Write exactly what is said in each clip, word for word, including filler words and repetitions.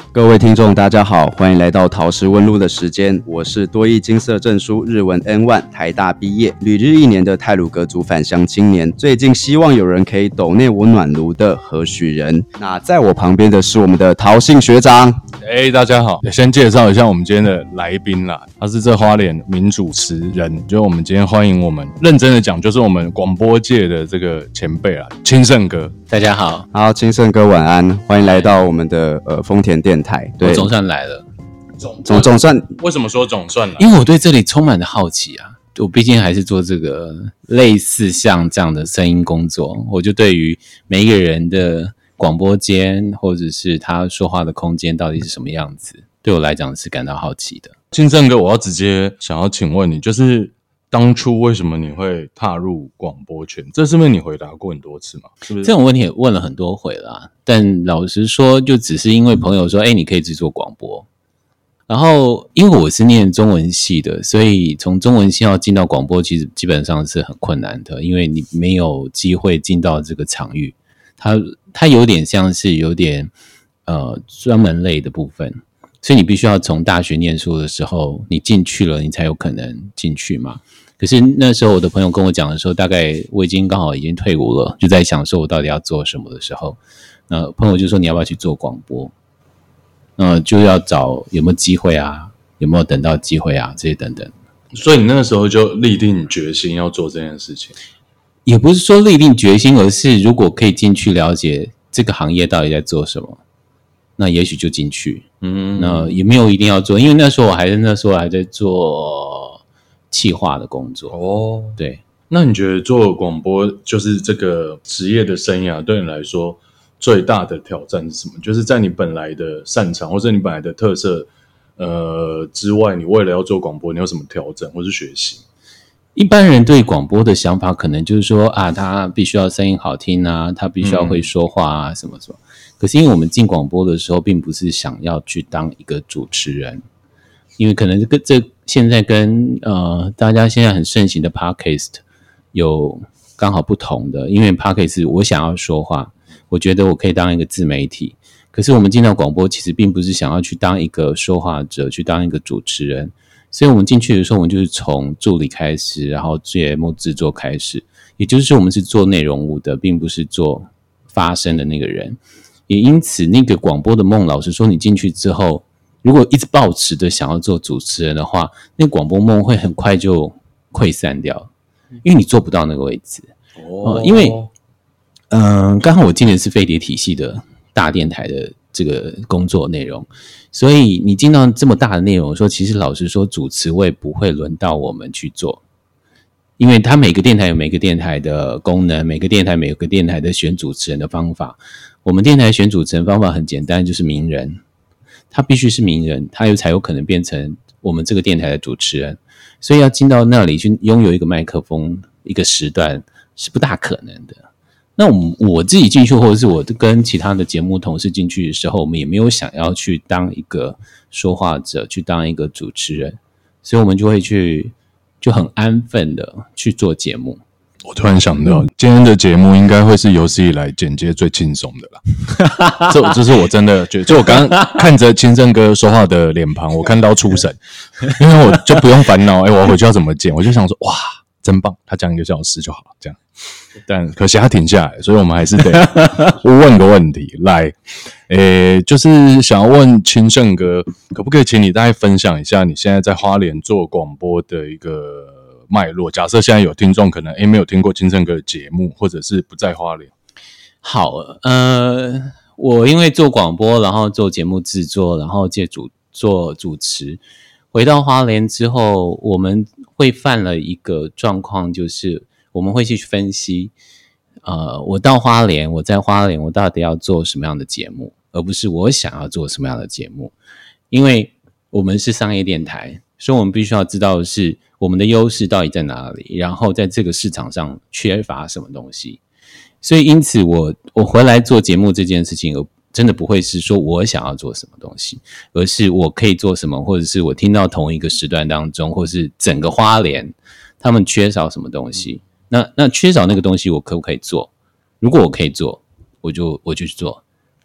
各位听众大家好，欢迎来到陶石问路的时间，我是多益金色证书日文 N 一 台大毕业旅日一年的太鲁阁族返乡青年，最近希望有人可以抖内我暖炉的何许人。那在我旁边的是我们的陶姓学长。 哎、欸，大家好，先介绍一下我们今天的来宾啦，他是这花莲名主持人，就我们今天欢迎我们认真的讲，就是我们广播界的这个前辈啦，清盛哥。 大家好， 好，清盛哥晚安，欢迎来到我们的呃丰田电台。 对，我总算来了， 总总总算， 为什么说总算来？ 因为我对这里充满了好奇啊。我毕竟还是做这个类似像这样的声音工作，我就对于每一个人的广播间或者是他说话的空间到底是什么样子，对我来讲是感到好奇的。 清盛哥，我要直接想要请问你，就是当初为什么你会踏入广播圈？这是不是你回答过很多次嘛？是不是？ 这种问题也问了很多回啦，但老实说，就只是因为朋友说，哎，你可以去做广播。然后，因为我是念中文系的，所以从中文系要进到广播，其实基本上是很困难的，因为你没有机会进到这个场域。它它有点像是有点呃专门类的部分，所以你必须要从大学念书的时候，你进去了，你才有可能进去嘛。可是那时候我的朋友跟我讲的时候，大概我已经刚好已经退伍了，就在想说我到底要做什么的时候，那朋友就说你要不要去做广播？那就要找有没有机会啊，有没有等到机会啊，这些等等。 所以你那个时候就立定决心要做这件事情？ 也不是说立定决心，而是如果可以进去了解这个行业到底在做什么，那也许就进去。嗯，那也没有一定要做，因为那时候我还是那时候还在做企划的工作。哦，对。 那你觉得做广播就是这个职业的生涯，对你来说最大的挑战是什么？就是在你本来的擅长或者你本来的特色呃之外，你为了要做广播，你有什么调整或是学习？ 一般人对广播的想法可能就是说啊，他必须要声音好听啊，他必须要会说话啊，什么什么。可是因为我们进广播的时候，并不是想要去当一个主持人，因为可能这这现在跟呃大家现在很盛行的 Podcast 有刚好不同的，因为 Podcast 我想要说话，我觉得我可以当一个自媒体。可是我们进到广播，其实并不是想要去当一个说话者，去当一个主持人。所以我们进去的时候，我们就是从助理开始，然后节目制作开始，也就是说我们是做内容物的，并不是做发声的那个人。也因此那个广播的梦，老实说你进去之后，如果一直抱持的想要做主持人的话，那广播梦会很快就溃散掉，因为你做不到那个位置。哦、呃，因为嗯、呃，刚好我进的是飞碟体系的大电台的这个工作内容，所以你进到这么大的内容的时候，其实老实说主持位不会轮到我们去做，因为它每个电台有每个电台的功能，每个电台每个电台的选主持人的方法。我们电台选主持人方法很简单，就是名人，他必须是名人，他又才有可能变成我们这个电台的主持人，所以要进到那里去拥有一个麦克风一个时段是不大可能的。那我我自己进去，或者是我跟其他的节目同事进去的时候，我们也没有想要去当一个说话者，去当一个主持人，所以我们就会去就很安分的去做节目。 我突然想到，今天的节目应该会是有史以来剪接最轻松的啦。这这是我真的觉得，就我刚刚看着清盛哥说话的脸庞，我看到出神，因为我就不用烦恼，哎，我回去要怎么剪？我就想说，哇，真棒，他讲一个小时就好了，这样。但可惜他停下来，所以我们还是得问个问题来，诶，就是想要问清盛哥，可不可以请你大概分享一下你现在在花莲做广播的一个脉络？假设现在有听众可能诶没有听过清盛哥的节目，或者是不在花莲。 好，呃，我因为做广播，然后做节目制作，然后借主做主持，回到花莲之后，我们会犯了一个状况，就是我们会去分析，呃，我到花莲，我在花莲，我到底要做什么样的节目，而不是我想要做什么样的节目。因为我们是商业电台，所以我们必须要知道的是我们的优势到底在哪里，然后在这个市场上缺乏什么东西。所以因此我我回来做节目这件事情，真的不会是说我想要做什么东西，而是我可以做什么，或者是我听到同一个时段当中，或是整个花莲他们缺少什么东西，那那缺少那个东西我可不可以做？如果我可以做，我就我就去做。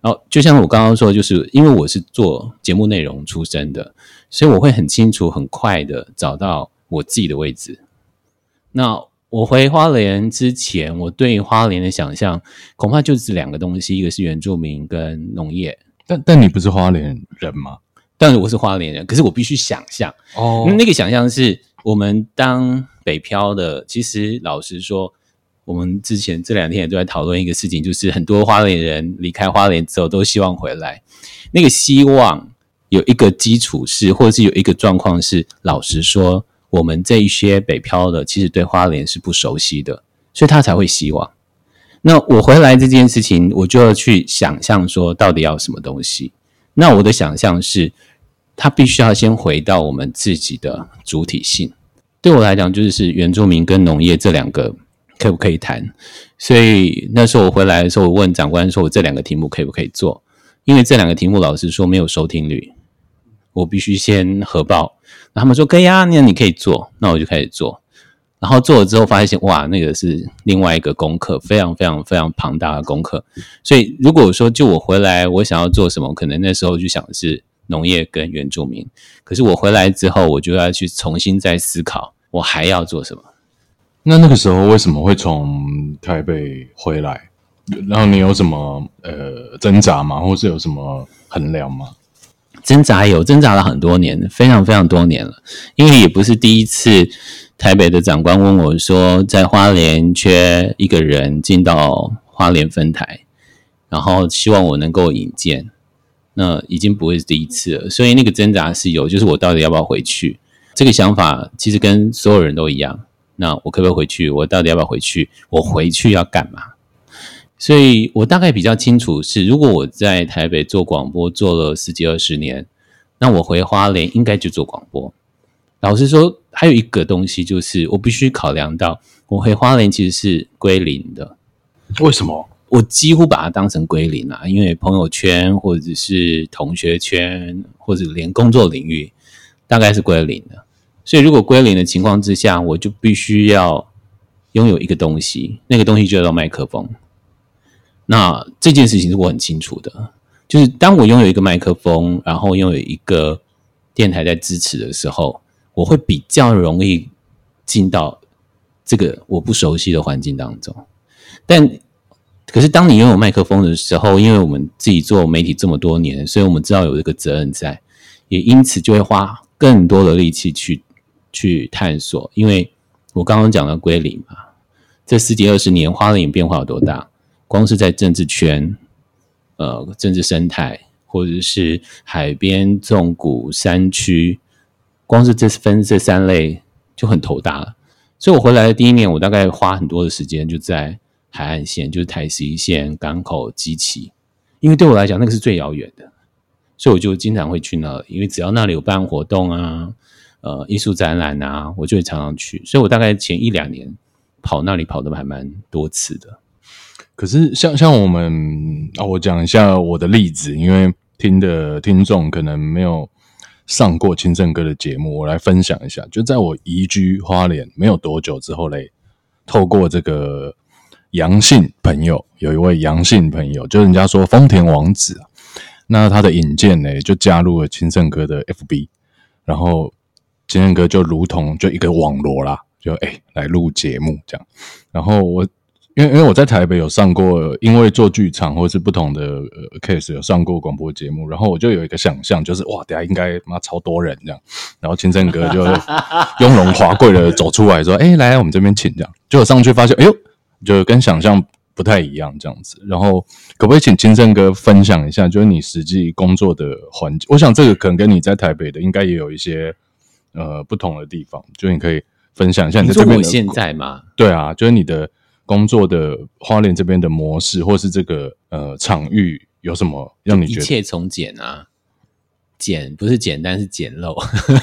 然后就像我刚刚说，就是因为我是做节目内容出身的，所以我会很清楚很快的找到我自己的位置。那我回花莲之前，我对花莲的想象恐怕就是两个东西，一个是原住民跟农业。 但但你不是花莲人吗？ 当然我是花莲人，可是我必须想象哦，那个想象是我们当北漂的，其实老实说，我们之前这两天也都在讨论一个事情，就是很多花莲人离开花莲之后都希望回来，那个希望有一个基础是，或者是有一个状况是，老实说，我们这一些北漂的其实对花莲是不熟悉的，所以他才会希望。那我回来这件事情，我就要去想象说到底要什么东西。那我的想象是，他必须要先回到我们自己的主体性。对我来讲，就是原住民跟农业这两个可不可以谈？所以那时候我回来的时候，我问长官说，我这两个题目可不可以做？因为这两个题目老实说没有收听率，我必须先核报。然后他们说可以啊，那你可以做，那我就开始做。然后做了之后发现，哇，那个是另外一个功课，非常非常非常庞大的功课。所以如果说就我回来，我想要做什么，可能那时候就想的是农业跟原住民。可是我回来之后，我就要去重新再思考，我还要做什么。 那那个时候为什么会从台北回来？然后你有什么呃挣扎吗？或是有什么衡量吗？ 挣扎有挣扎了很多年，非常非常多年了。因为也不是第一次，台北的长官问我说，在花莲缺一个人进到花莲分台，然后希望我能够引荐。那已经不会是第一次了，所以那个挣扎是有，就是我到底要不要回去？这个想法其实跟所有人都一样。那我可不可以回去？我到底要不要回去？我回去要干嘛？所以我大概比较清楚是，如果我在台北做广播做了十几二十年，那我回花莲应该就做广播。老实说，还有一个东西就是我必须考量到，我回花莲其实是归零的。 为什么？ 我几乎把它当成归零啊，因为朋友圈或者是同学圈，或者连工作领域，大概是归零的。所以如果归零的情况之下，我就必须要拥有一个东西，那个东西就叫麦克风。那这件事情是我很清楚的，就是当我拥有一个麦克风，然后拥有一个电台在支持的时候，我会比较容易进到这个我不熟悉的环境当中。但可是当你拥有麦克风的时候，因为我们自己做媒体这么多年，所以我们知道有这个责任在，也因此就会花更多的力气去去探索。因为我刚刚讲的归零嘛，这十几二十年花莲变化有多大？光是在政治圈、呃政治生态，或者是海边、纵谷、山区，光是这分这三类就很头大了。所以我回来的第一年，我大概花很多的时间就在海岸线，就是台十一线、港口、基期，因为对我来讲那个是最遥远的，所以我就经常会去那里，因为只要那里有办活动啊、呃艺术展览啊，我就会常常去。所以我大概前一两年跑那里跑的还蛮多次的。 可是像像我们啊，我讲一下我的例子，因为听的听众可能没有上过清盛哥的节目，我来分享一下。就在我移居花莲没有多久之后嘞，透过这个杨姓朋友，有一位杨姓朋友，就人家说丰田王子啊，那他的引荐呢，就加入了清盛哥的 F B， 然后清盛哥就如同就一个网罗啦，就哎、欸、来录节目这样，然后我。因为因为我在台北有上过，因为做剧场或是不同的、呃、case 有上过广播节目，然后我就有一个想象，就是哇，等一下应该妈超多人这样，然后清盛哥就雍容华贵的走出来说：“哎、欸，来我们这边请。”这样，结果上去发现，哎呦，就跟想象不太一样这样子。然后可不可以请清盛哥分享一下，就是你实际工作的环境？我想这个可能跟你在台北的应该也有一些呃不同的地方，就你可以分享一下你在这边的。 你说我现在吗？ 对啊，就是你的。工作的花莲这边的模式，或是这个呃场域有什么让你觉得一切从简啊？简不是简单，是简陋。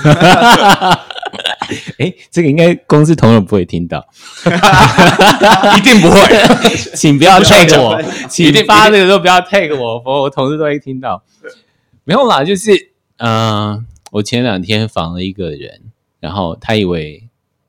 哎，这个应该公司同仁不会听到， 一定不会， 请不要 tag 我，请发这个时候不要 tag 我，我同事都会听到。没有啦，就是呃，我前两天访了一个人，然后他以为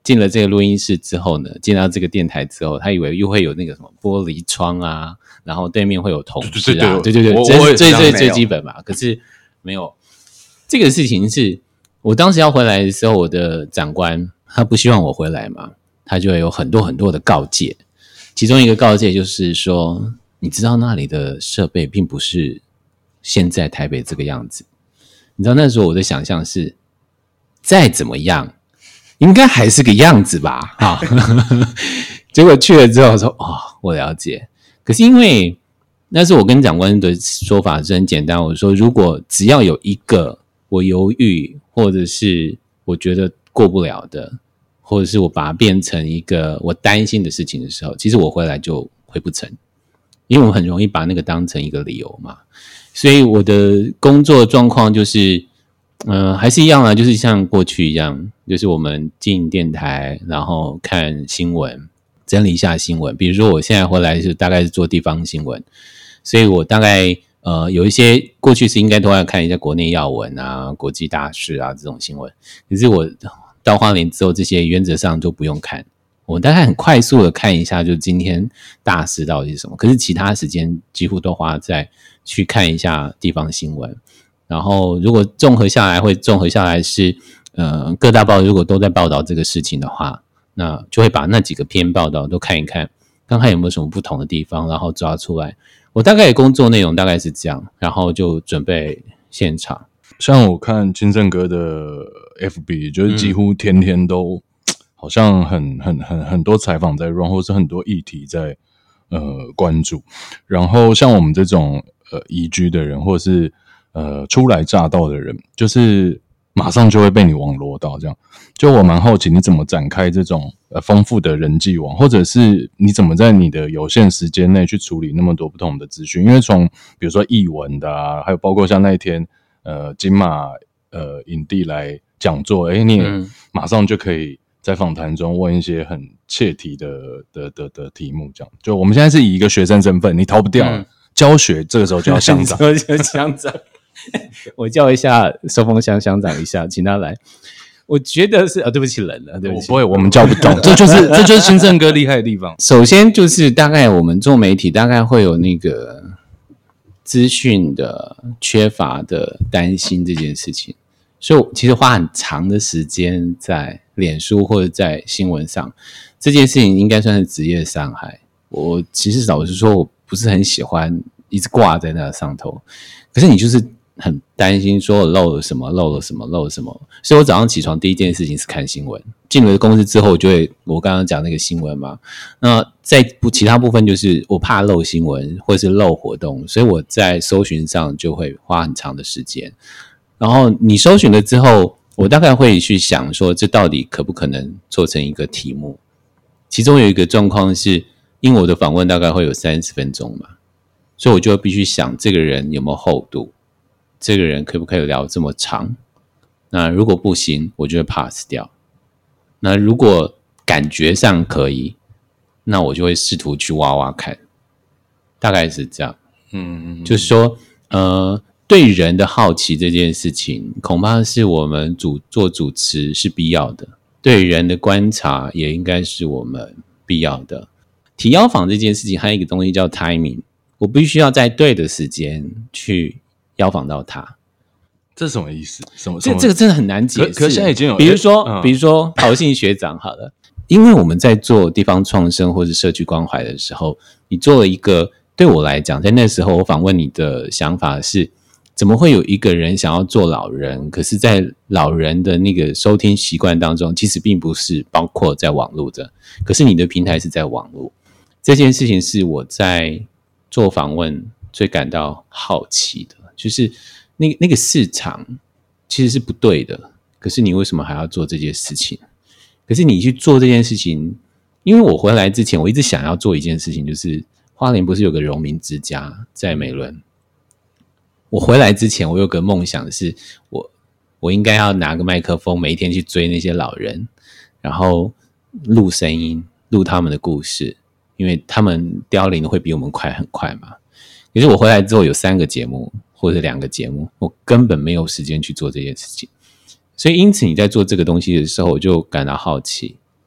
进了这个录音室之后呢，进到这个电台之后，他以为又会有那个什么玻璃窗啊，然后对面会有同事啊，对对对，这是最最最基本嘛。可是没有这个事情是，我当时要回来的时候，我的长官他不希望我回来嘛，他就会有很多很多的告诫，其中一个告诫就是说，你知道那里的设备并不是现在台北这个样子。你知道那时候我的想象是，再怎么样应该还是个样子吧，啊，结果去了之后说，哦，我了解。可是因为那是我跟长官的说法是很简单，我说如果只要有一个我犹豫，或者是我觉得过不了的，或者是我把它变成一个我担心的事情的时候，其实我回来就回不成，因为我很容易把那个当成一个理由嘛。所以我的工作状况就是，呃，还是一样啦，就是像过去一样，就是我们进电台，然后看新闻，整理一下新闻。比如说我现在回来是大概是做地方新闻，所以我大概呃有一些过去是应该都要看一下国内要闻啊、国际大事啊这种新闻，可是我到花莲之后，这些原则上都不用看。我大概很快速的看一下，就今天大事到底是什么。可是其他时间几乎都花在去看一下地方新闻，然后如果综合下来，会综合下来是，呃，各大报如果都在报道这个事情的话，那就会把那几个篇报道都看一看，看看有没有什么不同的地方，然后抓出来。我大概工作内容大概是这样，然后就准备现场。 像我看金正哥的 F B， 就是几乎天天都。嗯好像很很很很多采访在 run， 或是很多议题在呃关注。然后像我们这种呃移居的人，或是呃初来乍到的人，就是马上就会被你网罗到这样。就我蛮好奇你怎么展开这种呃丰富的人际网，或者是你怎么在你的有限时间内去处理那么多不同的资讯？因为从比如说艺文的啊，还有包括像那一天呃金马呃影帝来讲座，诶你也马上就可以。在访谈中问一些很切题的的的的题目，这样就我们现在是以一个学生身份，你逃不掉了、嗯、教学这个时候就要乡长， 乡长，我叫一下收风乡乡长一下，请他来。我觉得是啊，对不起，冷了，对不起， 我不会，我们叫不动，这就是这就是金正哥厉害的地方。 首先就是大概我们做媒体，大概会有那个资讯的缺乏的担心这件事情。所以我其实花很长的时间在脸书或者在新闻上，这件事情应该算是职业伤害。我其实老实说，我不是很喜欢一直挂在那上头，可是你就是很担心说我漏了什么，漏了什么，漏了什么。所以我早上起床第一件事情是看新闻。进了公司之后，就会我刚刚讲那个新闻嘛。那在其他部分就是我怕漏新闻或是漏活动，所以我在搜寻上就会花很长的时间。然后你搜寻了之后，我大概会去想说，这到底可不可能做成一个题目？其中有一个状况是，因为我的访问大概会有三十分钟嘛，所以我就必须想这个人有没有厚度，这个人可不可以聊这么长？那如果不行，我就会 pass 掉。那如果感觉上可以，那我就会试图去挖挖看，大概是这样。嗯，就是说，呃。对人的好奇这件事情，恐怕是我们主做主持是必要的。对人的观察也应该是我们必要的。提邀访这件事情还有一个东西叫 timing， 我必须要在对的时间去邀访到他。 这是什么意思？什么？ 这这个真的很难解释。 可可现在已经有， 比如说， 嗯、 比如说陶信学长好了，因为我们在做地方创生或是社区关怀的时候，你做了一个，对我来讲，在那时候我访问你的想法是。怎么会有一个人想要做老人？可是在老人的那个收听习惯当中，其实并不是包括在网络的。可是你的平台是在网络，这件事情是我在做访问最感到好奇的，就是那那个市场其实是不对的，可是你为什么还要做这件事情？可是你去做这件事情，因为我回来之前，我一直想要做一件事情，就是花莲不是有个荣民之家在美仑。我回来之前，我有个梦想是我我应该要拿个麦克风，每一天去追那些老人，然后录声音，录他们的故事，因为他们凋零会比我们快很快嘛。可是我回来之后有三个节目或者两个节目，我根本没有时间去做这件事情。所以因此你在做这个东西的时候，我就感到好奇，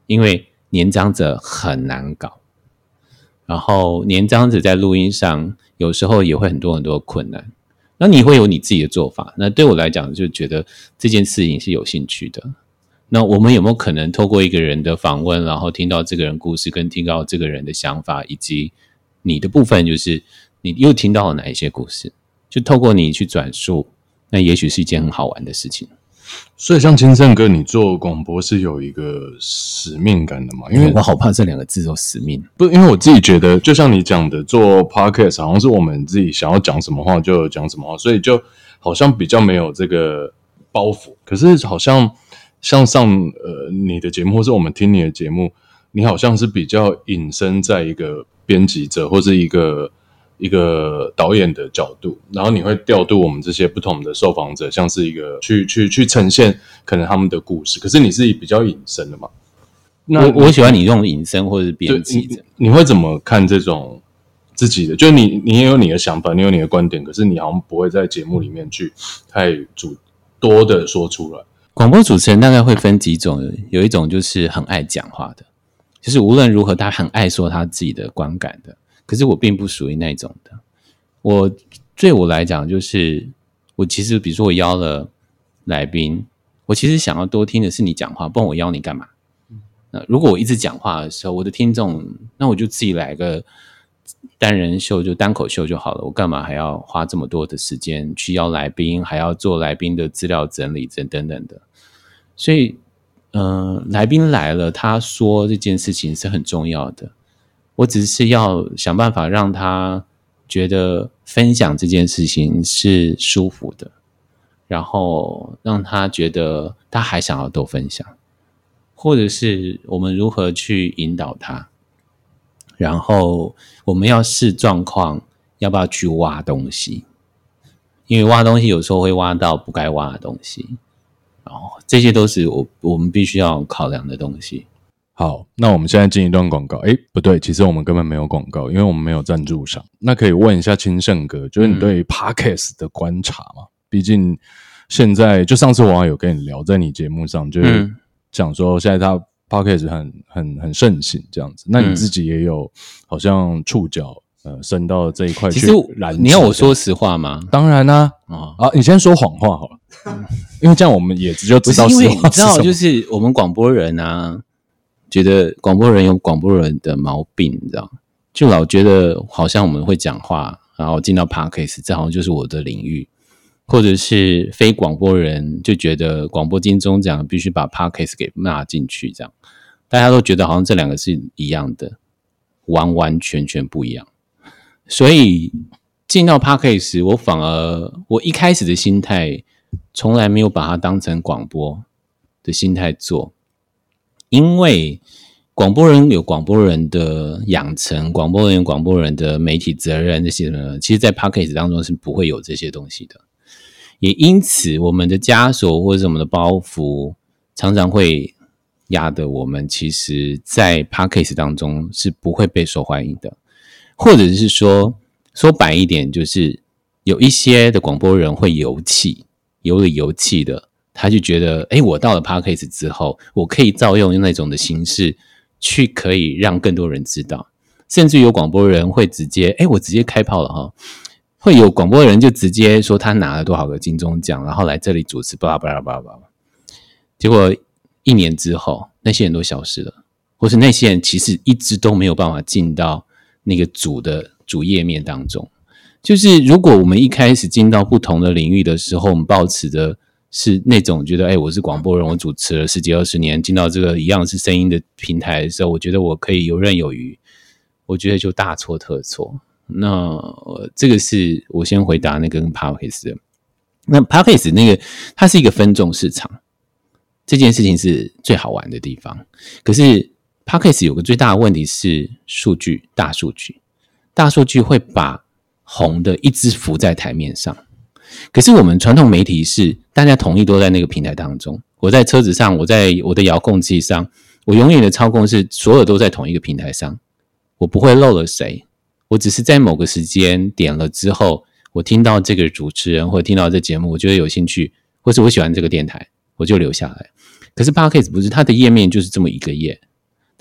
因为年长者很难搞，然后年长者在录音上有时候也会很多很多困难，那你会有你自己的做法。那对我来讲就觉得这件事情是有兴趣的。那我们有没有可能透过一个人的访问，然后听到这个人故事，跟听到这个人的想法，以及你的部分就是你又听到了哪一些故事，就透过你去转述，那也许是一件很好玩的事情。 所以像金正哥，你做广播是有一个使命感的嘛？因为我好怕这两个字有使命。 不，因为我自己觉得，就像你讲的，做 podcast 好像是我们自己想要讲什么话就讲什么话，所以就好像比较没有这个包袱。可是好像像上呃你的节目，或是我们听你的节目，你好像是比较隐身在一个编辑者或是一个一个导演的角度，然后你会调度我们这些不同的受访者，像是一个去去去呈现可能他们的故事。可是你是比较隐身的嘛？ 那 我, 我喜欢你用隐身或者是编辑者。 你, 你会怎么看这种自己的？就是你你也有你的想法，你有你的观点，可是你好像不会在节目里面去太主多的说出来。 广播主持人大概会分几种，有一种就是很爱讲话的，就是无论如何他很爱说他自己的观感的。可是我并不属于那种的。我对我来讲，就是我其实比如说我邀了来宾，我其实想要多听的是你讲话，不然我邀你干嘛？那如果我一直讲话的时候，我的听众，那我就自己来个单人秀，就单口秀就好了。我干嘛还要花这么多的时间去邀来宾，还要做来宾的资料整理等等等的？所以，呃，来宾来了，他说这件事情是很重要的。我只是要想办法让他觉得分享这件事情是舒服的，然后让他觉得他还想要多分享，或者是我们如何去引导他，然后我们要视状况要不要去挖东西，因为挖东西有时候会挖到不该挖的东西，然后这些都是我我们必须要考量的东西。 好，那我们现在进一段广告。诶，不对，其实我们根本没有广告，因为我们没有赞助商。那可以问一下清盛哥，就是你对 Podcast 的观察嘛？嗯、毕竟现在就上次我好像有跟你聊，在你节目上就是讲说现在他 Podcast 很很很盛行这样子。那你自己也有好像触角呃伸到这一块去。 其实你要我说实话吗？ 当然啦、啊，哦、啊，你先说谎话好了，因为这样我们也就知道实话是什么。 因为你知道，就是我们广播人啊。觉得广播人有广播人的毛病，你知道，就老觉得好像我们会讲话，然后进到 Podcast， 这好像就是我的领域，或者是非广播人就觉得广播金钟奖必须把 Podcast 给纳进去，这样大家都觉得好像这两个是一样的，完完全全不一样。所以进到 Podcast， 我反而我一开始的心态从来没有把它当成广播的心态做。因为广播人有广播人的养成，广播人有广播人的媒体责任，这些呢，其实在 Podcast 当中是不会有这些东西的。也因此，我们的枷锁或者我们的包袱，常常会压得我们其实在 Podcast 当中是不会被受欢迎的。或者是说，说白一点，就是有一些的广播人会油气，有了油气的。他就觉得，哎，我到了 Podcast 之后，我可以照用那种的形式去可以让更多人知道，甚至有广播人会直接，哎，我直接开炮了哈，会有广播人就直接说他拿了多少个金钟奖，然后来这里主持，巴拉巴拉巴拉巴拉，结果一年之后，那些人都消失了，或是那些人其实一直都没有办法进到那个主的主页面当中。就是如果我们一开始进到不同的领域的时候，我们抱持的是那种觉得，哎，我是广播人，我主持了十几二十年，进到这个一样是声音的平台的时候，我觉得我可以游刃有余，我觉得就大错特错。那、呃、这个是我先回答那个跟 Podcast 的。那 Podcast 那个它是一个分众市场，这件事情是最好玩的地方。可是 Podcast 有个最大的问题是数据，大数据，大数据会把红的一直浮在台面上。可是我们传统媒体是大家统一都在那个平台当中，我在车子上，我在我的遥控器上，我永远的操控是所有都在同一个平台上，我不会漏了谁，我只是在某个时间点了之后，我听到这个主持人或者听到这节目，我觉得有兴趣，或是我喜欢这个电台，我就留下来。可是 Podcast 不是，它的页面就是这么一个页，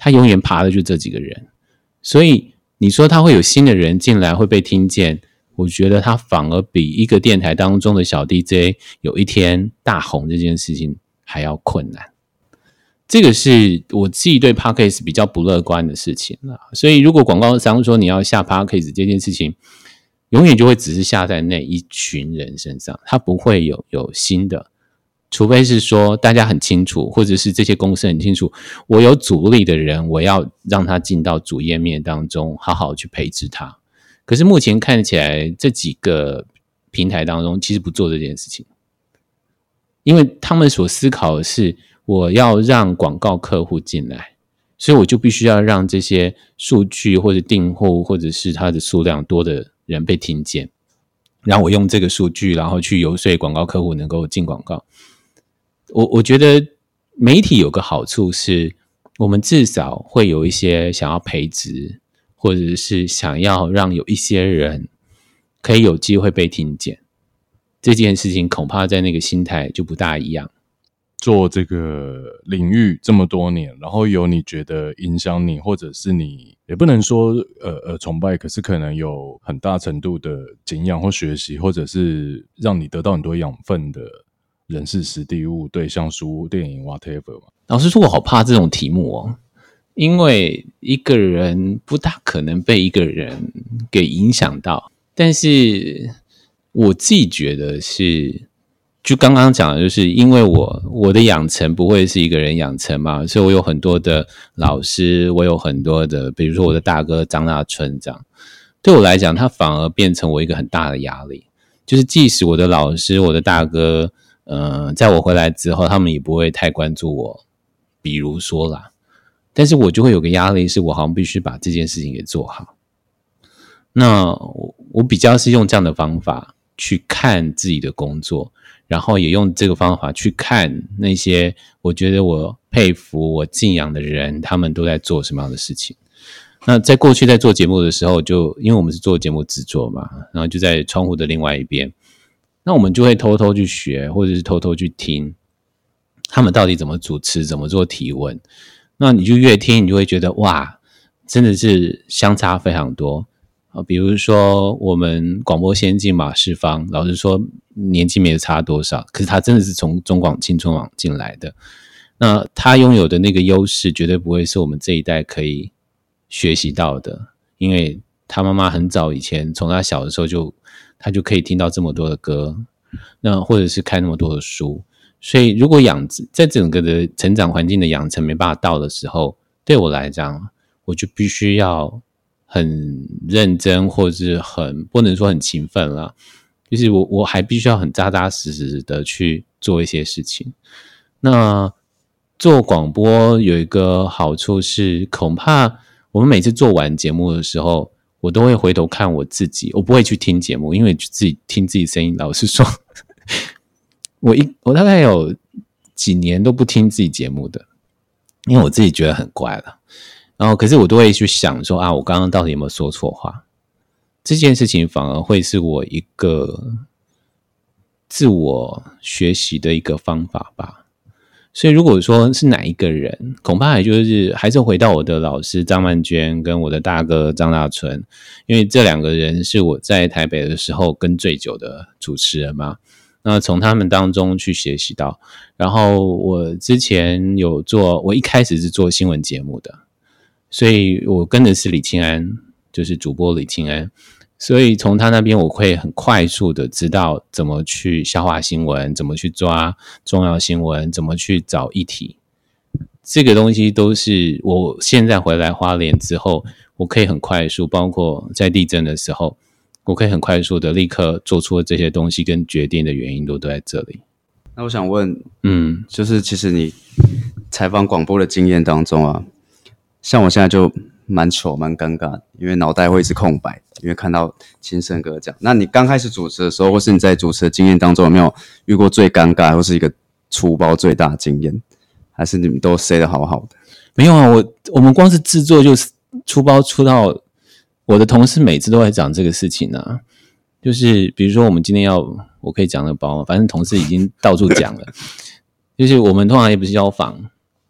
他永远爬的就这几个人，所以你说他会有新的人进来会被听见，我觉得他反而比一个电台当中的小 D J 有一天大红这件事情还要困难。这个是我自己对 Podcast 比较不乐观的事情啦。所以如果广告商说你要下 Podcast 这件事情，永远就会只是下在那一群人身上，他不会有有新的，除非是说大家很清楚，或者是这些公司很清楚，我有主力的人，我要让他进到主页面当中，好好去培植他。可是目前看起来这几个平台当中其实不做这件事情，因为他们所思考的是我要让广告客户进来，所以我就必须要让这些数据或者订户或者是它的数量多的人被听见，然后我用这个数据然后去游说广告客户能够进广告。我我觉得媒体有个好处是，我们至少会有一些想要培植，或者是想要让有一些人可以有机会被听见，这件事情恐怕在那个心态就不大一样。 做这个领域这么多年，然后有你觉得影响你，或者是你也不能说呃呃崇拜，可是可能有很大程度的敬仰或学习，或者是让你得到很多养分的人事实地物、对象书、电影 whatever 嘛。 老实说我好怕这种题目哦，因为一个人不大可能被一个人给影响到，但是我自己觉得是就刚刚讲的，就是因为我我的养成不会是一个人养成嘛，所以我有很多的老师，我有很多的比如说我的大哥张大春这样，对我来讲他反而变成我一个很大的压力，就是即使我的老师我的大哥呃，在我回来之后他们也不会太关注我，比如说啦，但是我就会有个压力，是我好像必须把这件事情给做好。那 我, 我比较是用这样的方法去看自己的工作，然后也用这个方法去看那些我觉得我佩服我敬仰的人，他们都在做什么样的事情。那在过去在做节目的时候，就因为我们是做节目制作嘛，然后就在窗户的另外一边，那我们就会偷偷去学，或者是偷偷去听他们到底怎么主持，怎么做提问。那你就越听你就会觉得哇，真的是相差非常多。比如说我们广播先进马世芳，老实说年纪没有差多少，可是他真的是从中广青春网进来的，那他拥有的那个优势绝对不会是我们这一代可以学习到的，因为他妈妈很早以前从他小的时候就他就可以听到这么多的歌，那或者是看那么多的书，所以如果养在整个的成长环境的养成没办法到的时候，对我来讲我就必须要很认真，或者是很不能说很勤奋啦，就是我我还必须要很扎扎实实的去做一些事情。那做广播有一个好处是，恐怕我们每次做完节目的时候，我都会回头看我自己，我不会去听节目，因为自己听自己声音，老实说我一我大概有几年都不听自己节目的，因为我自己觉得很怪了。然后可是我都会去想说啊，我刚刚到底有没有说错话，这件事情反而会是我一个自我学习的一个方法吧。所以如果说是哪一个人，恐怕也就是还是回到我的老师张曼娟跟我的大哥张大春，因为这两个人是我在台北的时候跟最久的主持人嘛，那从他们当中去学习到。然后我之前有做，我一开始是做新闻节目的，所以我跟的是李清安，就是主播李清安，所以从他那边我会很快速的知道怎么去消化新闻，怎么去抓重要新闻，怎么去找议题，这个东西都是我现在回来花莲之后，我可以很快速，包括在地震的时候，我可以很快速的立刻做出这些东西跟决定的原因都都在这里。 那我想问， 嗯， 就是其实你采访广播的经验当中啊，像我现在就蛮糗蛮尴尬的，因为脑袋会一直空白，因为看到清盛哥这样。那你刚开始主持的时候，或是你在主持的经验当中，有没有遇过最尴尬或是一个出包最大的经验？还是你们都 say 得好好的？ 没有啊，我我们光是制作就出包出到我的同事每次都在讲这个事情啊，就是比如说我们今天要，我可以讲那个包吗？反正同事已经到处讲了，就是我们通常也不是邀访，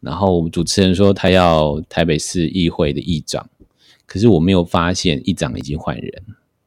然后我们主持人说他要台北市议会的议长，可是我没有发现议长已经换人，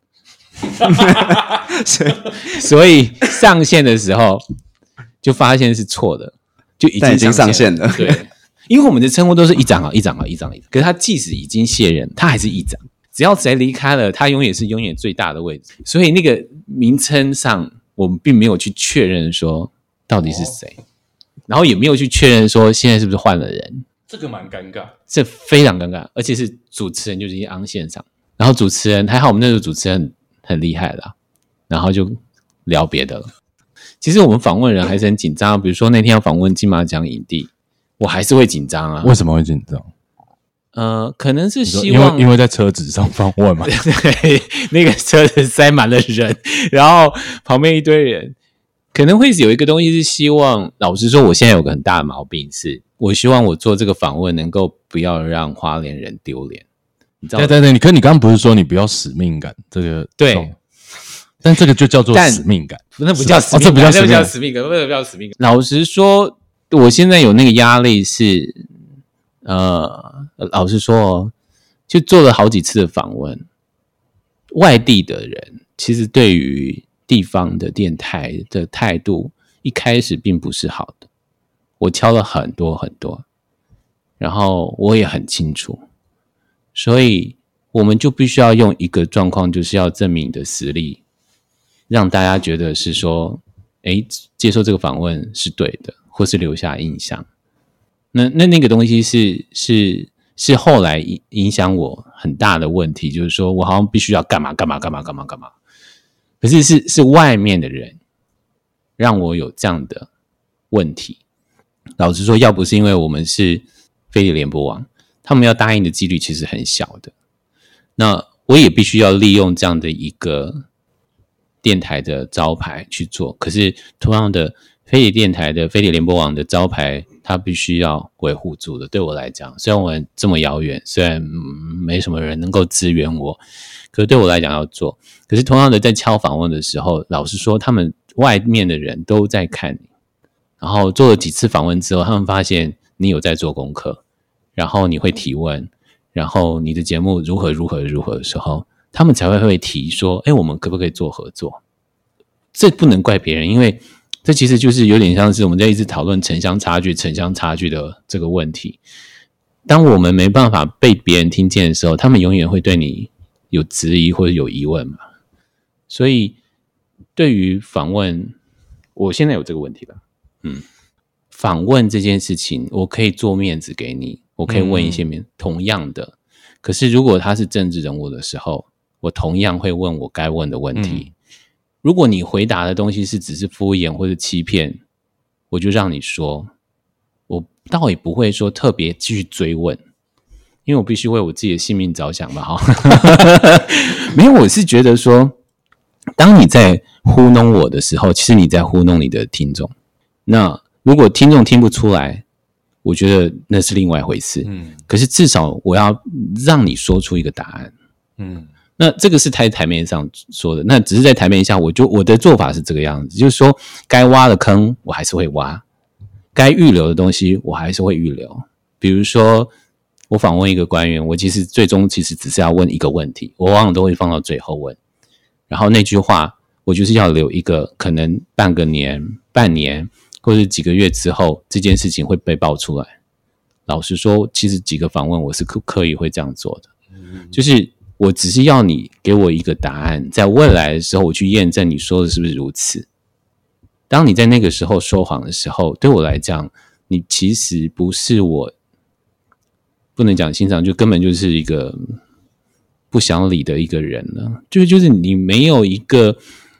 所以上线的时候就发现是错的，就已经已经上线了。 对，因为我们的称呼都是议长啊，议长啊，议长，议长。可是他即使已经卸任，他还是议长。只要谁离开了，他永远是永远最大的位置。所以那个名称上，我们并没有去确认说到底是谁，哦、然后也没有去确认说现在是不是换了人。 这个蛮尴尬， 这非常尴尬，而且是主持人就已经昂线上，然后主持人还好，我们那个主持人很厉害啦，然后就聊别的了。其实我们访问人还是很紧张，比如说那天要访问金马奖影帝，我还是会紧张啊。 为什么会紧张？ 呃，可能是希望因为因为在车子上访问嘛， 对，那个车子塞满了人，然后旁边一堆人，可能会有一个东西是希望。老实说，我现在有个很大的毛病是，我希望我做这个访问能够不要让花莲人丢脸。你知道？对对对，你可你刚刚不是说你不要使命感？这个对。 但这个就叫做使命感， 那不叫使命感， 哦、这不叫使命感，使命感，不叫使命感。老实说，我现在有那个压力是，呃，老实说哦，就做了好几次的访问，外地的人其实对于地方的电台的态度，一开始并不是好的。我敲了很多很多，然后我也很清楚，所以我们就必须要用一个状况，就是要证明你的实力。让大家觉得是说，哎，接受这个访问是对的，或是留下印象。那那那个东西是是是后来影响我很大的问题，就是说我好像必须要干嘛干嘛干嘛干嘛干嘛。可是是是外面的人让我有这样的问题。老实说，要不是因为我们是飞碟联播网，他们要答应的几率其实很小的。那我也必须要利用这样的一个电台的招牌去做，可是同样的飞碟电台的飞碟联播网的招牌，它必须要维护住的。对我来讲，虽然我这么遥远，虽然、嗯、没什么人能够支援我，可是对我来讲要做。可是同样的，在敲访问的时候，老实说，他们外面的人都在看你，然后做了几次访问之后，他们发现你有在做功课，然后你会提问，然后你的节目如何如何如何的时候，他们才会会提说，哎，我们可不可以做合作？这不能怪别人，因为这其实就是有点像是我们在一直讨论城乡差距、城乡差距的这个问题。当我们没办法被别人听见的时候，他们永远会对你有质疑或者有疑问嘛。所以对于访问，我现在有这个问题了。嗯，访问这件事情，我可以做面子给你，我可以问一些面、嗯、同样的。可是如果他是政治人物的时候，我同样会问我该问的问题。嗯，如果你回答的东西是只是敷衍或者欺骗，我就让你说，我倒也不会说特别继续追问，因为我必须为我自己的性命着想嘛。哈，没有，我是觉得说，当你在糊弄我的时候，其实你在糊弄你的听众。那如果听众听不出来，我觉得那是另外一回事。嗯，可是至少我要让你说出一个答案。嗯。那这个是在台面上说的，那只是在台面下，我就我的做法是这个样子，就是说该挖的坑我还是会挖，该预留的东西我还是会预留。比如说我访问一个官员，我其实最终其实只是要问一个问题，我往往都会放到最后问，然后那句话我就是要留一个可能半个年、半年或者几个月之后这件事情会被爆出来。老实说，其实几个访问我是刻意会这样做的，就是我只是要你给我一个答案，在未来的时候我去验证你说的是不是如此。当你在那个时候说谎的时候，对我来讲，你其实不是我不能讲欣赏，就根本就是一个不想理的一个人了。就就是你没有一个，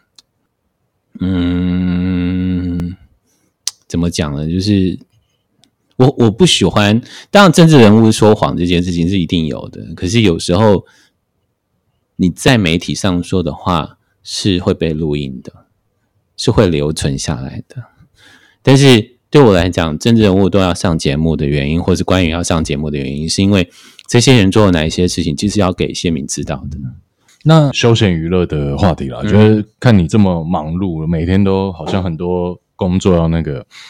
嗯，怎么讲呢？就是我我不喜欢，当然政治人物说谎这件事情是一定有的，可是有时候你在媒体上说的话是会被录音的，是会留存下来的。但是对我来讲，政治人物都要上节目的原因，或是官员要上节目的原因，是因为这些人做了哪一些事情，其实要给县民知道的。 那休闲娱乐的话题啦，嗯、觉得看你这么忙碌，每天都好像很多工作要那个，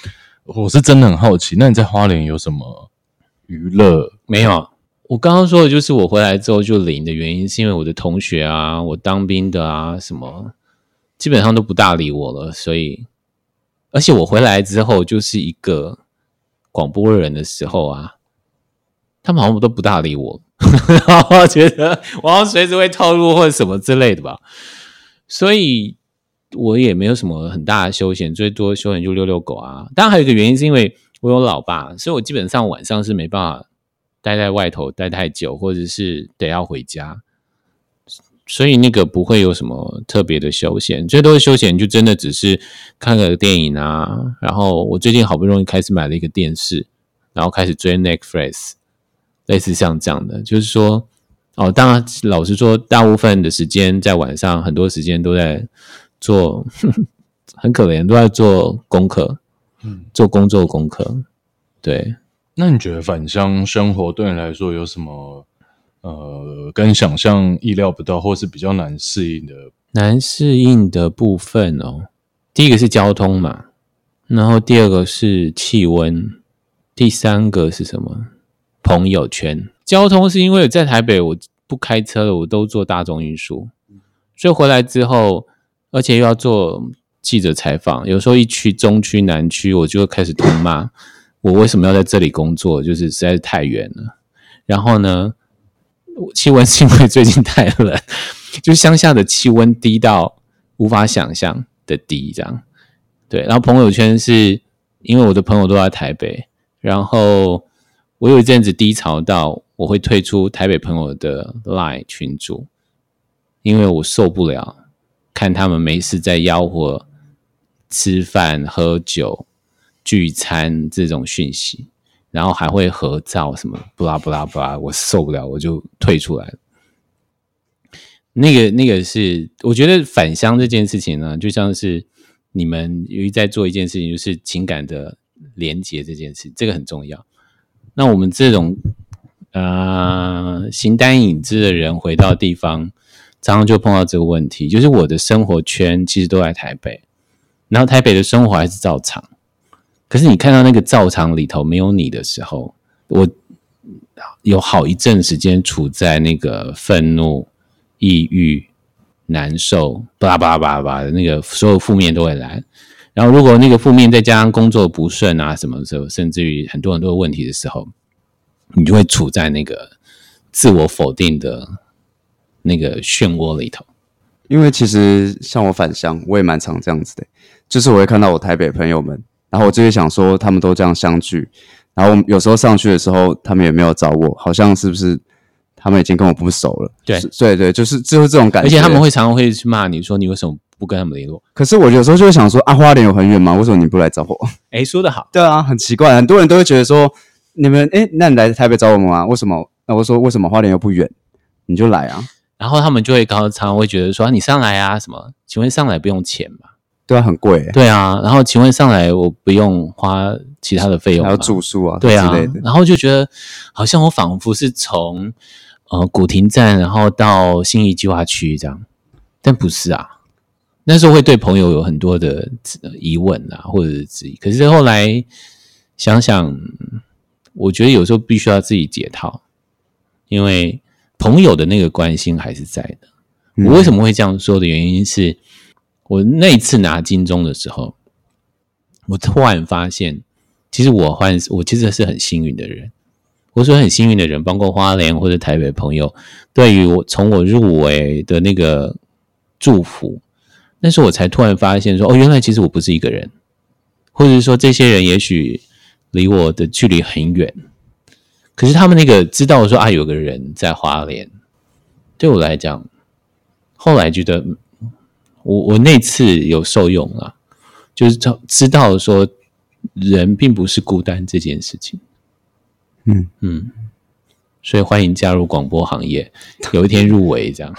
我是真的很好奇，那你在花莲有什么娱乐？ 没有，我刚刚说的就是我回来之后就零的原因，是因为我的同学啊，我当兵的啊，什么基本上都不大理我了，所以而且我回来之后就是一个广播人的时候啊，他们好像都不大理我，然后觉得我好像随时会透露或者什么之类的吧，所以我也没有什么很大的休闲，最多休闲就遛遛狗啊。当然还有一个原因是因为我有老爸，所以我基本上晚上是没办法待在外头待太久，或者是得要回家，所以那个不会有什么特别的休闲，最多的休闲就真的只是看个电影啊。然后我最近好不容易开始买了一个电视，然后开始追 Netflix， 类似像这样的，就是说哦，当然老实说，大部分的时间在晚上，很多时间都在做，呵呵很可怜，都在做功课，嗯，做工作功课。对， 那你觉得返乡生活对你来说有什么呃跟想象意料不到，或是比较难适应的？ 难适应的部分哦，第一个是交通嘛，然后第二个是气温，第三个是什么？朋友圈。交通是因为在台北我不开车了，我都坐大众运输，所以回来之后，而且又要做记者采访，有时候一区中区南区我就会开始痛骂我为什么要在这里工作，就是实在是太远了。然后呢，气温是因为最近太冷，就是乡下的气温低到无法想象的低，这样。对，然后朋友圈是因为我的朋友都在台北，然后我有一阵子低潮到我会退出台北朋友的 LINE 群组，因为我受不了看他们没事在吆喝吃饭喝酒聚餐这种讯息，然后还会合照什么不拉不拉不拉，我受不了，我就退出来了。那个那个是我觉得返乡这件事情呢，就像是你们由于在做一件事情，就是情感的连结这件事，这个很重要。那我们这种呃形单影只的人回到地方，常常就碰到这个问题，就是我的生活圈其实都在台北，然后台北的生活还是照常，可是你看到那个照常里头没有你的时候，我有好一阵时间处在那个愤怒、抑郁、难受，巴拉巴拉巴拉巴拉的那个所有负面都会来。然后如果那个负面再加上工作不顺啊什么的时候，甚至于很多很多的问题的时候，你就会处在那个自我否定的那个漩涡里头。 因为其实像我返乡，我也蛮常这样子的，就是我会看到我台北朋友们，然后我就会想说他们都这样相聚，然后有时候上去的时候他们也没有找我，好像是不是他们已经跟我不熟了？ 对对对，就是就是这种感觉。 而且他们会常常会去骂你说你为什么不跟他们联络？ 可是我有时候就会想说啊，花莲有很远吗？为什么你不来找我？ 哎，说得好。 对啊，很奇怪，很多人都会觉得说你们哎，那你来台北找我们吗？为什么？那我说为什么花莲又不远，你就来啊？ 然后他们就会常常会觉得说、啊、你上来啊什么？请问上来不用钱吗？ 对啊，很贵、欸。 对啊，然后请问上来我不用花其他的费用吗？ 还有住宿啊， 对啊之类的。 然后就觉得好像我仿佛是从呃古亭站，然后到信义计划区这样，但不是啊。那时候会对朋友有很多的疑问啊，或者是质疑。可是后来想想，我觉得有时候必须要自己解套，因为朋友的那个关心还是在的。我为什么会这样说的原因是，我那一次拿金钟的时候，我突然发现，其实我换我其实是很幸运的人。我说很幸运的人，包括花莲或者台北朋友，对于我从我入围的那个祝福，但是我才突然发现说，哦，原来其实我不是一个人，或者是说这些人也许离我的距离很远，可是他们那个知道说啊，有个人在花莲，对我来讲，后来觉得我我那次有受用了，就是知道说人并不是孤单这件事情。嗯嗯，所以欢迎加入广播行业，有一天入围这样。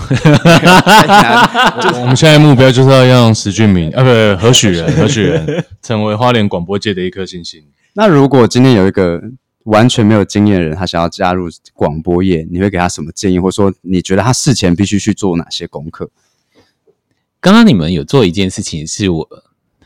我们现在目标就是要让石俊明啊，不，何许人，何许人成为花莲广播界的一颗星星。 那如果今天有一个完全没有经验的人，他想要加入广播业，你会给他什么建议，或者说你觉得他事前必须去做哪些功课？ 刚刚你们有做一件事情，是我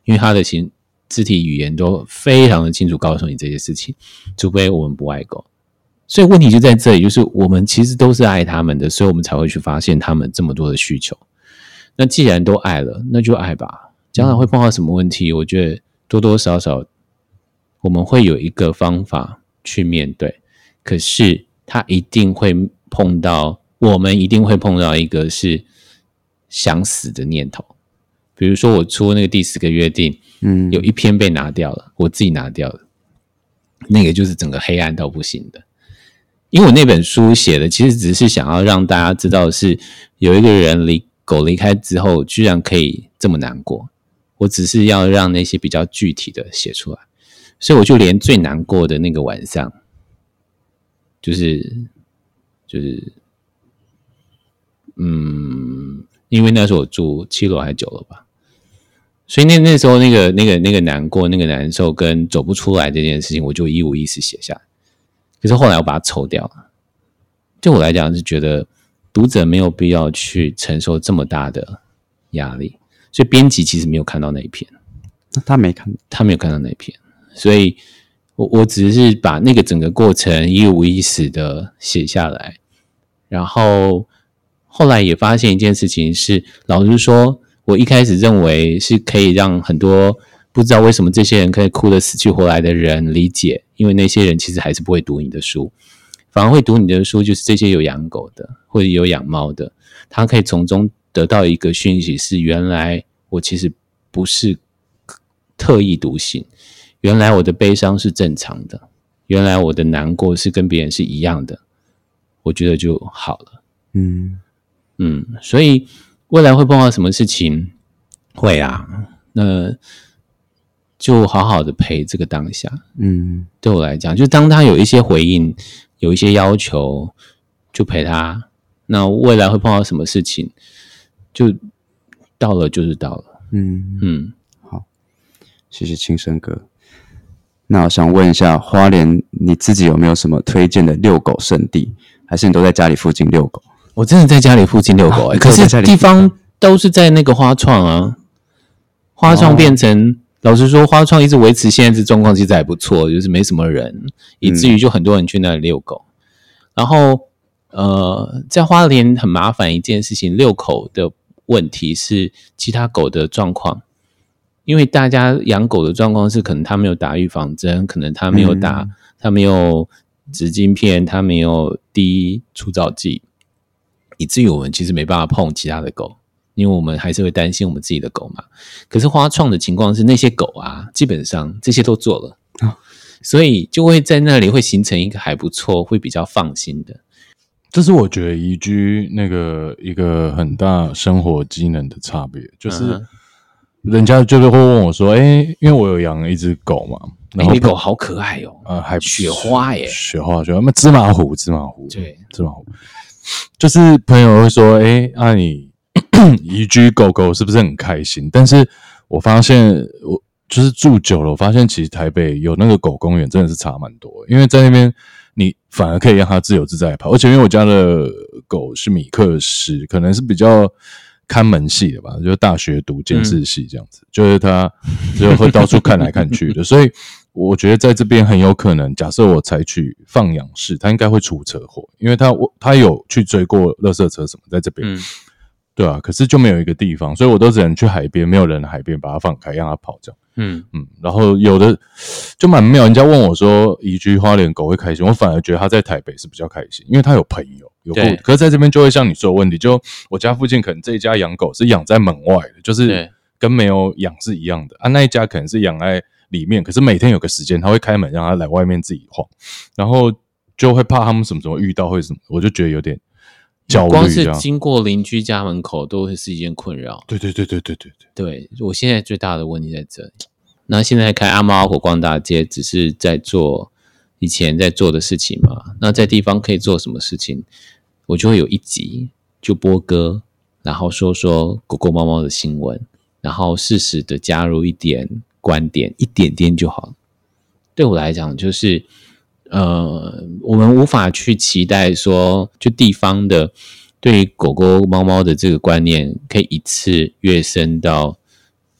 因为他的情肢体语言都非常的清楚告诉你这些事情，除非我们不爱狗。所以问题就在这里，就是我们其实都是爱他们的，所以我们才会去发现他们这么多的需求。那既然都爱了，那就爱吧。将来会碰到什么问题，我觉得多多少少我们会有一个方法去面对，可是他一定会碰到，我们一定会碰到一个是想死的念头。比如说我出那个第十个约定，嗯，有一篇被拿掉了，我自己拿掉了，那个就是整个黑暗到不行的。因为我那本书写的其实只是想要让大家知道的是，有一个人离狗离开之后居然可以这么难过，我只是要让那些比较具体的写出来，所以我就连最难过的那个晚上，就是就是嗯，因为那时候我住七楼还九楼吧，所以那那时候那个那个那个难过、那个难受跟走不出来这件事情，我就一五一十写下来。可是后来我把它抽掉了。对我来讲是觉得读者没有必要去承受这么大的压力，所以编辑其实没有看到那一篇。 他没看， 他没有看到那一篇，所以我我只是把那个整个过程一五一十的写下来，然后后来也发现一件事情是，老实说，我一开始认为是可以让很多不知道为什么这些人可以哭得死去活来的人理解，因为那些人其实还是不会读你的书，反而会读你的书就是这些有养狗的或者有养猫的，他可以从中得到一个讯息，是原来我其实不是特意独行，原来我的悲伤是正常的，原来我的难过是跟别人是一样的，我觉得就好了。嗯嗯，所以未来会碰到什么事情？会啊，那就好好的陪这个当下。嗯，对我来讲，就当他有一些回应，有一些要求，就陪他。那未来会碰到什么事情，就到了就是到了。嗯嗯， 好，谢谢青生哥。那我想问一下，花莲你自己有没有什么推荐的遛狗圣地？还是你都在家里附近遛狗？ 我真的在家里附近遛狗、欸啊、可是地方都是在那个花创啊，花创变成、哦、老实说，花创一直维持现在这状况其实还不错，就是没什么人，以至于就很多人去那里遛狗。嗯、然后呃，在花莲很麻烦一件事情，遛狗的问题是其他狗的状况，因为大家养狗的状况是可能他没有打预防针，可能他没有打，嗯、他没有止晶片，他没有滴除藻剂，以至于我们其实没办法碰其他的狗，因为我们还是会担心我们自己的狗嘛。可是花创的情况是那些狗啊，基本上这些都做了、哦、所以就会在那里会形成一个还不错，会比较放心的。 这是我觉得移居那个一个很大生活机能的差别，就是人家就是会问我说，哎，因为我有养一只狗嘛，然后、 欸、你狗好可爱哦， 呃，还雪花耶， 雪花雪花，那芝麻糊芝麻糊， 对， 芝麻糊，就是朋友会说，哎，啊你移居狗狗是不是很开心？但是我发现我就是住久了，我发现其实台北有那个狗公园真的是差蛮多的，因为在那边你反而可以让它自由自在跑，而且因为我家的狗是米克斯，可能是比较看门系的吧，就是大学读监视系这样子，嗯、就是它就会到处看来看去的，所以我觉得在这边很有可能，假设我采取放养式，它应该会出车祸，因为它它有去追过垃圾车什么，在这边。嗯对啊，可是就没有一个地方，所以我都只能去海边，没有人的海边把它放开，让它跑这样。嗯嗯，然后有的就蛮妙，人家问我说移居花莲狗会开心，我反而觉得他在台北是比较开心，因为他有朋友有顾，可是在这边就会像你说的问题，就我家附近可能这一家养狗是养在门外的，就是跟没有养是一样的啊，那一家可能是养在里面，可是每天有个时间他会开门让他来外面自己晃，然后就会怕他们什么什么遇到会什么，我就觉得有点焦虑， 光是经过邻居家门口都会是一件困扰。 对对对对对对对，我现在最大的问题在这里。那现在开阿猫阿狗逛大街，只是在做以前在做的事情嘛？那在地方可以做什么事情？我就会有一集就播歌，然后说说狗狗猫猫的新闻，然后适时的加入一点观点，一点点就好。对我来讲，就是。呃，我们无法去期待说，就地方的对于狗狗、猫猫的这个观念，可以一次跃升到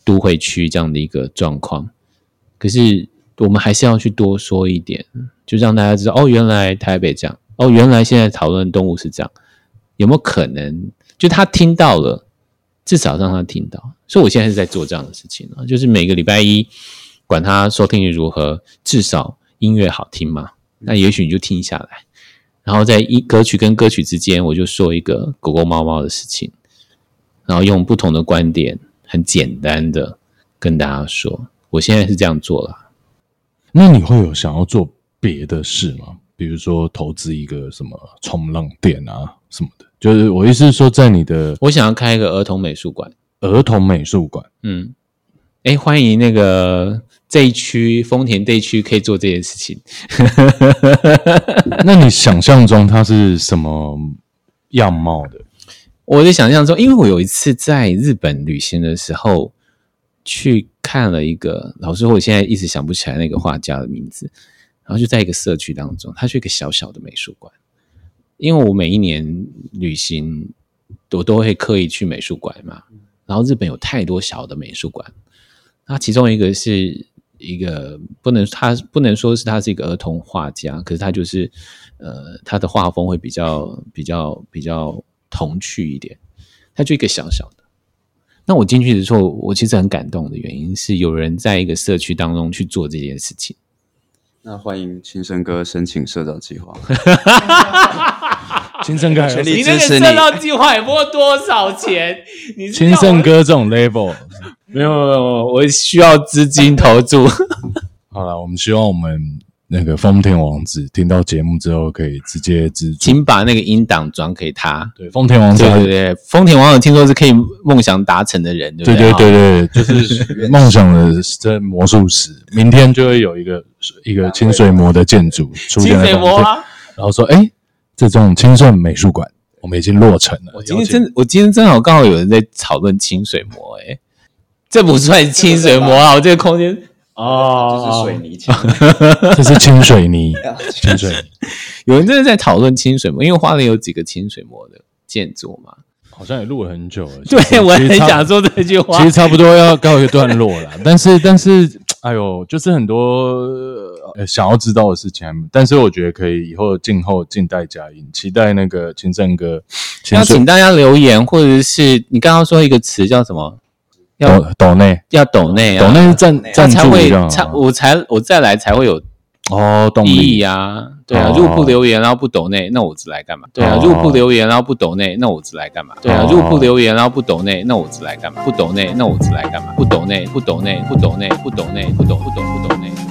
都会区这样的一个状况。可是我们还是要去多说一点，就让大家知道哦，原来台北这样，哦，原来现在讨论动物是这样，有没有可能就他听到了，至少让他听到。所以我现在是在做这样的事情了，就是每个礼拜一，管他收听率如何，至少音乐好听嘛，那也许你就听下来，然后在一歌曲跟歌曲之间，我就说一个狗狗猫猫的事情，然后用不同的观点，很简单的跟大家说，我现在是这样做啦。 那你会有想要做别的事吗？比如说投资一个什么冲浪店啊什么的？就是我意思是说，在你的我想要开一个儿童美术馆。 儿童美术馆， 嗯，哎，欢迎那个这一区丰田这一区可以做这件事情。 那你想象中它是什么样貌的？ 我的想象中，因为我有一次在日本旅行的时候，去看了一个，老实说，我现在一直想不起来那个画家的名字，然后就在一个社区当中，它是一个小小的美术馆。因为我每一年旅行，我都会刻意去美术馆嘛。然后日本有太多小的美术馆，那其中一个是一个不能他不能说是他是一个儿童画家，可是他就是呃他的画风会比较比较比较童趣一点，他就一个小小的。那我进去的时候，我其实很感动的原因是有人在一个社区当中去做这件事情。 那欢迎青生哥申请社造计划。 青生哥全力你那个支持你。 社造计划也不过多少钱？你是青要我生哥这种 level， 没有没有，我需要资金投注。 好了，我们希望我们那个丰田王子听到节目之后可以直接资助。 请把那个音档转给他。 对，丰田王子， 对对对，丰田网友听说是可以梦想达成的人，对不对？ 对对对对，就是梦想的这魔术师，明天就会有一个一个清水模的建筑出现在清水模啊！ 然后说，哎，这种清顺美术馆我们已经落成了。 我今天真，我今天正好刚好有人在讨论清水模，哎，这不算清水模啊，我这个空间哦，这是水泥墙， 这是清水泥，清水泥。 有人真的在讨论清水模，因为花莲有几个清水模的建筑嘛。 好像也录了很久了。 对，我很想说这句话。 其实差不多要告一个段落了，但是但是，哎呦，就是很多、呃、想要知道的事情，但是我觉得可以以后静候静待佳音，期待那个清正哥。 要请大家留言，或者是你刚刚说一个词叫什么？ 要抖内， 要抖内啊， 抖内是赞赞助才会这样、 才我才我再来才会有哦动意力义啊。对啊， 哦如果不留言，然后不抖内，那我只来干嘛？对啊， 哦如果不留言，然后不抖内，那我只来干嘛？对啊，如果不留言，然后不抖内，那我只来干嘛？不抖内，那我只来干嘛？不抖内，不抖内，不抖内，不抖内，不抖不抖不抖内。